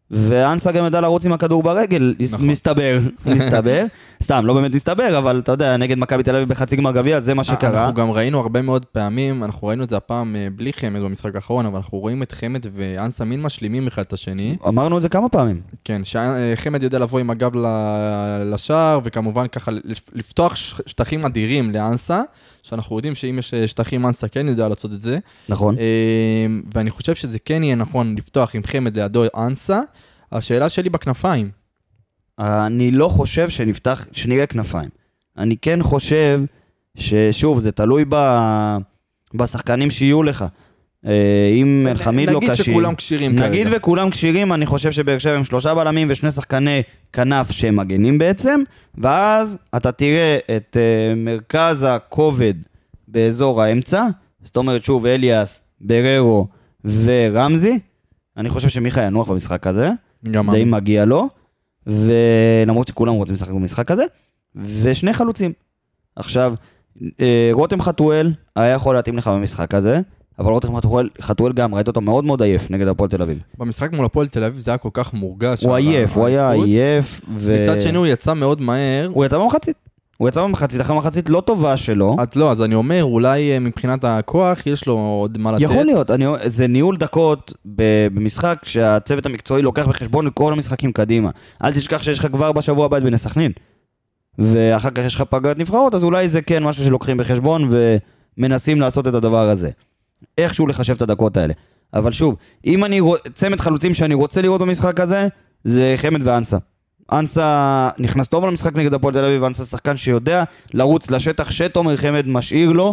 ואנסה גם ידע לרוץ עם הכדור ברגל, מסתבר, סתם, לא באמת מסתבר, אבל אתה יודע, נגד מכבי תל אביב בחצי גמר גביע, זה מה שקרה. אנחנו גם ראינו הרבה מאוד פעמים, אנחנו ראינו את זה הפעם בלי חמד במשחק האחרון, אבל אנחנו רואים את חמד ואנסה מין משלימים אחד את השני. אמרנו את זה כמה פעמים. כן, שחמד יודע לבוא עם הגב לשער, וכמובן ככה לפתוח שטחים אדירים לאנסה, שאנחנו יודעים שאם יש שטחים אנסה כן יודע לעשות את זה. נכון. ואני חושב שזה כן יהיה נכון לפתוח עם חמד לידו אנסה. השאלה שלי בכנפיים. אני לא חושב שנראה כנפיים. אני כן חושב ששוב, זה תלוי בשחקנים שיהיו לך. אם אלחמיד לא קשיר. נגיד שכולם קשירים כרגע. נגיד וכולם קשירים, אני חושב שבאר שבע הם 3 בלמים ו2 שחקני כנף שהם מגנים בעצם, ואז אתה תראה את מרכז הכובד באזור האמצע, זאת אומרת שוב אליאס, בררו ורמזי, אני חושב שמיכה ינוח במשחק הזה, די מגיע לו, ולמרות שכולם רוצים לשחק במשחק הזה, ושני חלוצים. עכשיו, רותם חתואל היה יכול להתאים לך במשחק הזה, אבל רותם חתואל גם, ראית אותו מאוד מאוד עייף נגד הפועל תל אביב. במשחק מול הפועל תל אביב זה היה כל כך מורגש. הוא עייף, הוא היה עייף. מצד שני הוא יצא מאוד מהר. הוא יצא במחצית, אחרי מחצית לא טובה שלו. אז אני אומר, אולי מבחינת הכוח יש לו עוד מה לתת. יכול להיות, זה ניהול דקות במשחק שהצוות המקצועי לוקח בחשבון לכל המשחקים קדימה. אל תשכח שיש לך כבר בשבוע הבא את בני סכנין. ואחר כך יש לך פגרת נבחרות, אז אולי זה כן משהו שלוקחים בחשבון ומנסים לעשות את הדבר הזה. איכשהו לחשב את הדקות האלה. אבל שוב, אם אני צמד חלוצים שאני רוצה לראות במשחק הזה, זה חמד ואנסה. אנסה נכנס טוב למשחק נגד הפועל תל אביב, אנסה שחקן שיודע לרוץ לשטח שתומר חמד משאיר לו,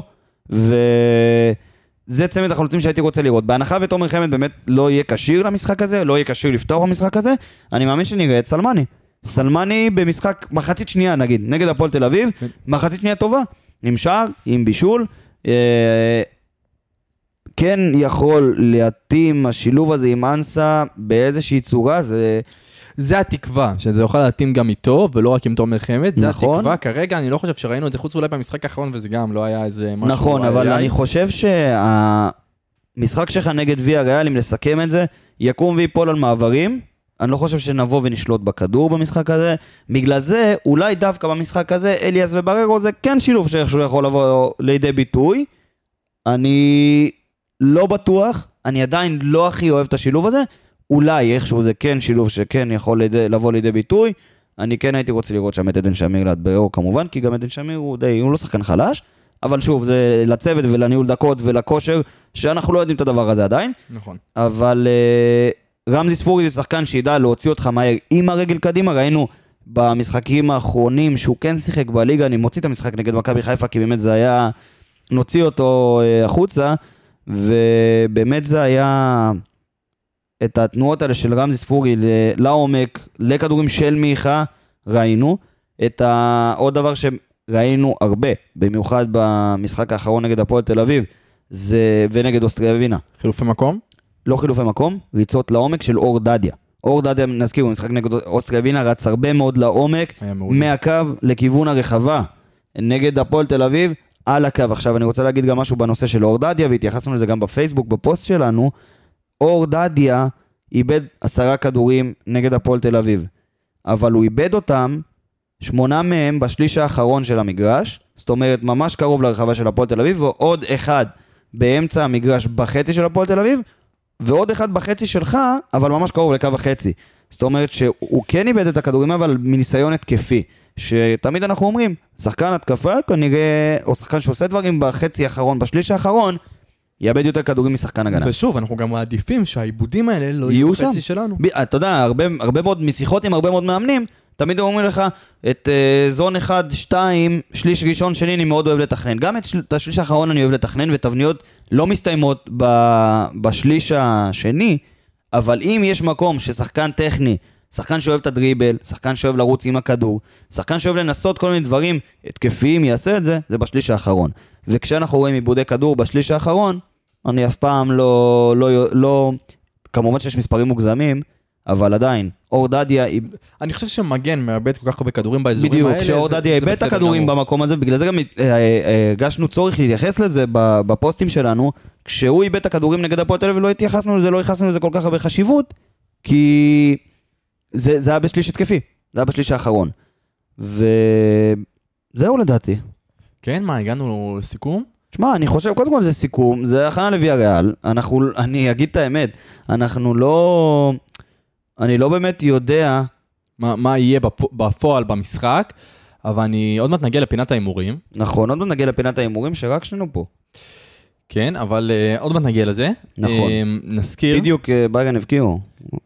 וזה צמד החלוצים שהייתי רוצה לראות. בהנחה ותומר חמד באמת לא יהיה קשיר למשחק הזה, לא יהיה קשיר לפתוח במשחק הזה, אני מאמין שנראה את סלמני. סלמני במשחק מחצית שנייה נגיד, נגד הפועל תל אביב, מחצית שנייה טובה, עם שער, עם בישול, כן יכול להתאים השילוב הזה עם אנסה באיזושהי צורה, זה התקווה, שזה יוכל להתאים גם איתו, ולא רק עם תומר חמד, זה התקווה, כרגע אני לא חושב שראינו את זה חוץ אולי במשחק האחרון, וזה גם לא היה איזה משהו. נכון, אבל אני חושב שהמשחק שלך נגד ויה ריאל, אם לסכם את זה, יקום ויפול על מעברים, אני לא חושב שנבוא ונשלוט בכדור במשחק הזה, בגלל זה, אולי דווקא במשחק הזה, אליאס ובררו זה כן שילוב שאיכשהו יכול לבוא לידי ביטוי, אני לא בטוח, אני עדיין לא הכי אוהב את השילוב הזה, אולי איכשהו זה כן שילוב שכן יכול לבוא לידי ביטוי, אני כן הייתי רוצה לראות שם את עדן שמיר ליד בררו כמובן, כי גם עדן שמיר הוא לא שחקן חלש, אבל שוב, זה לצוות ולניהול דקות ולכושר, שאנחנו לא יודעים את הדבר הזה עדיין. נכון. אבל רמזי ספורי זה שחקן שידע להוציא אותך מהר עם הרגל קדימה, ראינו במשחקים האחרונים שהוא כן שיחק בליגה, אני מוציא את המשחק נגד מכבי חיפה, כי באמת זה היה, נוציא אותו החוצה, ובאמת זה היה את התנועות האלה של רמזי ספורי לעומק, לכדורים של מיכה, ראינו. עוד דבר שראינו הרבה, במיוחד במשחק האחרון נגד הפועל תל אביב, ונגד אוסטריה ווינה. חילופי מקום? לא חילופי מקום, ריצות לעומק של אור דדיה. אור דדיה, נזכיר, הוא משחק נגד אוסטריה ווינה, רץ הרבה מאוד לעומק, מהקו לכיוון הרחבה, נגד הפועל תל אביב, על הקו. עכשיו אני רוצה להגיד גם משהו בנושא של אור דדיה, והתייחסנו לזה גם בפייסבוק, בפוסט שלנו, אור דדיה איבד 10 כדורים נגד הפועל תל אביב, אבל הוא איבד אותם, 8 מהם בשליש האחרון של המגרש, זאת אומרת ממש קרוב לרחבה של הפועל תל אביב, ועוד אחד באמצע המגרש בחצי של הפועל תל אביב, ועוד אחד בחצי שלך, אבל ממש קרוב לקו החצי. זאת אומרת שהוא כן איבד את הכדורים, אבל מניסיון התקפי, שתמיד אנחנו אומרים, שחקן התקפה, כנראה, או שחקן שעושה דברים בחצי האחרון, בשליש האחרון, יאבד יותר כדורים משחקן הגנה. ושוב, אנחנו גם מעדיפים שהעיבודים האלה לא יהיו בחצי שלנו. אתה יודע, הרבה מאוד משיחות עם הרבה מאוד מאמנים, תמיד אומרים לך, את זון 1, 2, שליש ראשון שני, אני מאוד אוהב לתכנן. גם את השליש האחרון אני אוהב לתכנן, ותבניות לא מסתיימות בשליש השני, אבל אם יש מקום ששחקן טכני, שחקן שאוהב את הדריבל, שחקן שאוהב לרוץ עם הכדור, שחקן שאוהב לנסות כל מיני דברים התקפיים, יעשה את זה, זה בשליש האחרון. וכשאנחנו רואים עיבודי כדור בשליש האחרון, אני אף פעם לא, כמובן שיש מספרים מוגזמים, אבל עדיין, אור דדיה... אני חושב שמגן מאבד כל כך הרבה כדורים באזורים האלה. בדיוק, כשאור דדיה איבד את הכדורים במקום הזה, בגלל זה גם הגשנו צורך להתייחס לזה בפוסטים שלנו, כשהוא איבד את הכדורים נגד הפועל תל אביב, לא התייחסנו לזה, לא ייחסנו לזה כל כך הרבה חשיבות, כי זה היה בשליש התקפי, זה היה בשליש האחרון. וזהו לדעתי. כן, מה, הגענו לסיכום? תשמע, אני חושב, קודם כל זה סיכום, זה הכנה לוויה ריאל, אני אגיד את האמת, אני לא באמת יודע מה יהיה בפועל במשחק, אבל אני עוד מעט נגיע לפינת האימורים. נכון, עוד מעט נגיע לפינת האימורים שרק שנינו פה. כן, אבל עוד מעט נגיע לזה. נכון. נזכיר. בדיוק ביירן הבקיעו.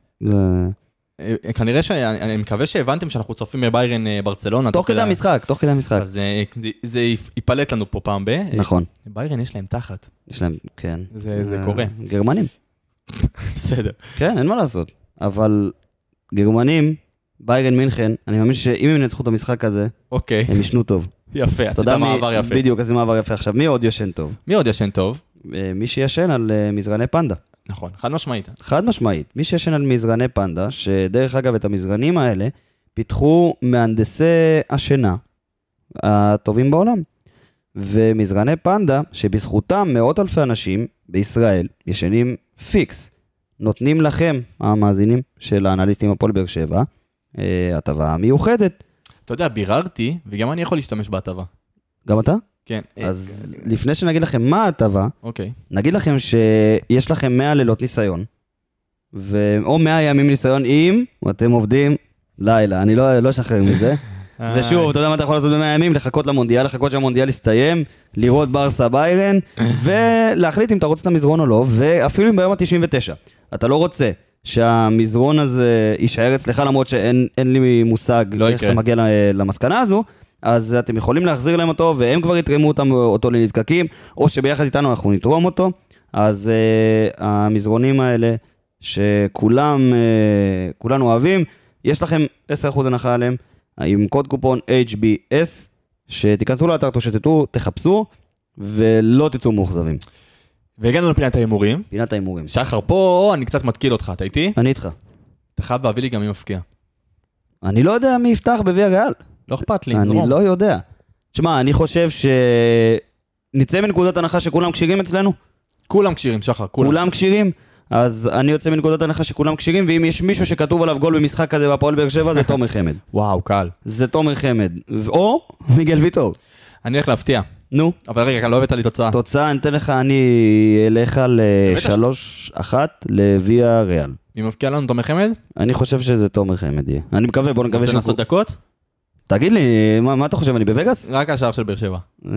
כנראה שאני מקווה שהבנתם שאנחנו צופים בביירן ברצלונה. תוך כדי המשחק. אז זה ייפלט לנו פה פעם נכון. ביירן יש להם תחת. יש להם, כן. זה קורה. גרמנים. בסדר. כן, אין מה לעשות. אבל גרמנים, ביירן מינכן, אני מאמין שאם הם נצחו את המשחק הזה, אוקיי. הם ישנו טוב. יפה, עשית מעבר יפה. בדיוק, עשית מעבר יפה. עכשיו, מי עוד ישן טוב? מי עוד ישן טוב? מי שישן על מזרני פנדה. נכון, חד משמעית. חד משמעית. מי שישן על מזרני פנדה, שדרך אגב את המזרנים האלה, פיתחו מהנדסי השינה הטובים בעולם. ומזרני פנדה, שבזכותם מאות אלפי אנשים בישראל ישנים פיקס, נותנים לכם, המאזינים של האנליסטים הפועל באר שבע, הטבה מיוחדת. אתה יודע, ביררתי, וגם אני יכול להשתמש בהטבה. גם אתה? כן. אז לפני שנגיד לכם מה ההטבה, אוקיי. נגיד לכם שיש לכם 100 לילות ניסיון, או 100 ימים ניסיון אם אתם עובדים לילה, אני לא אשחרר מזה. ושוב, אתה יודע מה אתה יכול לעשות ב100 ימים? לחכות למונדיאל, לחכות שהמונדיאל יסתיים, לראות ברסה ביירן, ולהחליט אם אתה רוצה את המזרון או לא, ואפילו אם ביום ה-99, אתה לא רוצה שהמזרון הזה יישאר אצלך, למרות שאין לי מושג איך אתה מגיע למסקנה הזו, אז אתם יכולים להחזיר להם אותו, והם כבר יתרמו אותו לנזקקים, או שביחד איתנו אנחנו נתרום אותו. אז המזרונים האלה, שכולנו אוהבים, יש לכם 10% הנחה עליהם, עם קוד קופון HBS, שתיכנסו לאתר, תושטטו, תחפשו, ולא תצאו מאוכזבים. והגענו לפינת האימורים. פינת האימורים. שחר, פה אני קצת מתקיל אותך, אתה איתי? אני איתך. אתה חייב להביא לי גם מי מפקיע. אני לא יודע מי יפתח בוויה ריאל. לא אכפת לי, אני לא יודע. תשמע, אני חושב נצא מנקודת הנחה שכולם קשירים אצלנו? כולם קשירים, שחר, כולם קשירים? אז אני יוצא מנקודת הנחה שכולם קשירים, ואם יש מישהו שכתוב עליו גול במשחק כזה בהפועל באר שבע, זה תומר חמד. וואו, קל. זה תומר חמד. או מיגל ויטור. אני הולך להפתיע. נו. אבל רגע, לא הבאת לי תוצאה. תוצאה, אני אתן לך, אני אלך על 3-1 לוויה ריאל. מי מפקיע לנו, תומר חמד? אני חושב שזה תומר חמד יהיה. אני מקווה, בוא נקווה רוצה לעשות דקות? תגיד לי, מה אתה חושב, אני בווגאס? רק השער של באר שבע.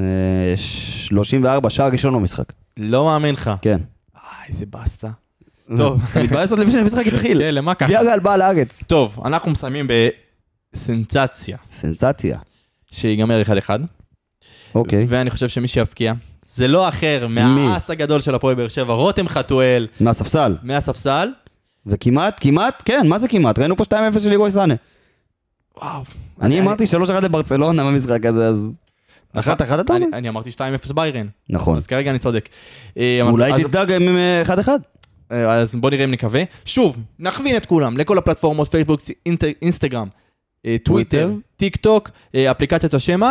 34, שער ראשון במשחק. לא מאמין לך. כן. איזה בסטה. טוב. מתבאס עוד לפני שהמשחק התחיל. כן, למה ככה? וויה ריאל באה לארץ. טוב, אנחנו מסיימים בסנסציה. סנסציה. שיגמר 1-1. אוקיי. ואני חושב שמי שיפקיע, זה לא אחר מהאס הגדול של הפועל באר שבע, רותם חתואל. מהספסל. מהספסל. וכמעט, כן, מה זה כמעט? ראינו פה 2-0 של לירוי סאנה. וואו. אני אמרתי 3-1 לברצלונה במשחק הזה, אז 1-1 אתה אומר? אני אמרתי 2-0 ביירן. נכון. אז כרגע אני צודק. אולי תפתח עם 1-1. אז בוא נראה אם נקווה. שוב, נכווין את כולם, לכל הפלטפורמות, פייסבוק, אינסטגרם, טוויטר, טיק טוק, אפליקציית השמה.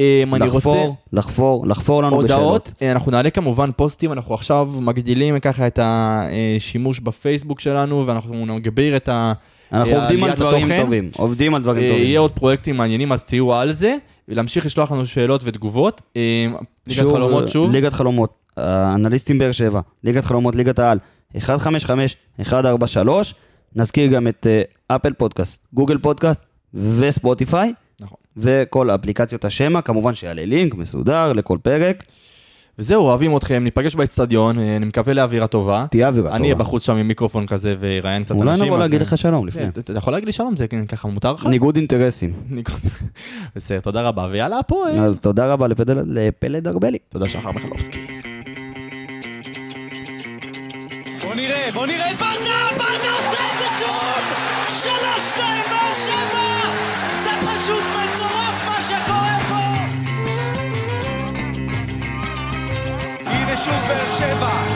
לחפור לנו בשאלות. הודעות, אנחנו נעלה כמובן פוסטים, אנחנו עכשיו מגדילים ככה את השימוש בפייסבוק שלנו, ואנחנו נגביר את אנחנו עובדים על דברים טובים. יהיה עוד פרויקטים מעניינים, אז תהיו על זה, ולהמשיך לשלוח לנו שאלות ותגובות. ליגת חלומות שוב. ליגת חלומות, אנליסטים באר שבע, ליגת חלומות, ליגת העל, 155, 143, נזכיר גם את אפל פודקאסט, גוגל פודקאסט וספוטיפיי, נכון. וכל אפליקציות השמה, כמובן שיעלה לינק מסודר לכל פרק. וזהו, אוהבים אתכם, ניפגש באצטדיון, אני מקווה לאווירה טובה. תהיה אווירה טובה. אני אהיה בחוץ שם עם מיקרופון כזה וראיין קצת אנשים. אולי נבוא להגיד לך שלום לפני. אתה יכול להגיד לי שלום, זה ככה מותר לך? ניגוד אינטרסים. בסדר, תודה רבה, ויאללה הפועל. אז תודה רבה לפלד ארבלי. תודה שחר מיכלובסקי. בוא נראה את ברדה עושה את זה שוב! 3-2 באר שבע! זה פשוט מטורף מה שקורה פה! הנה שוב באר שבע!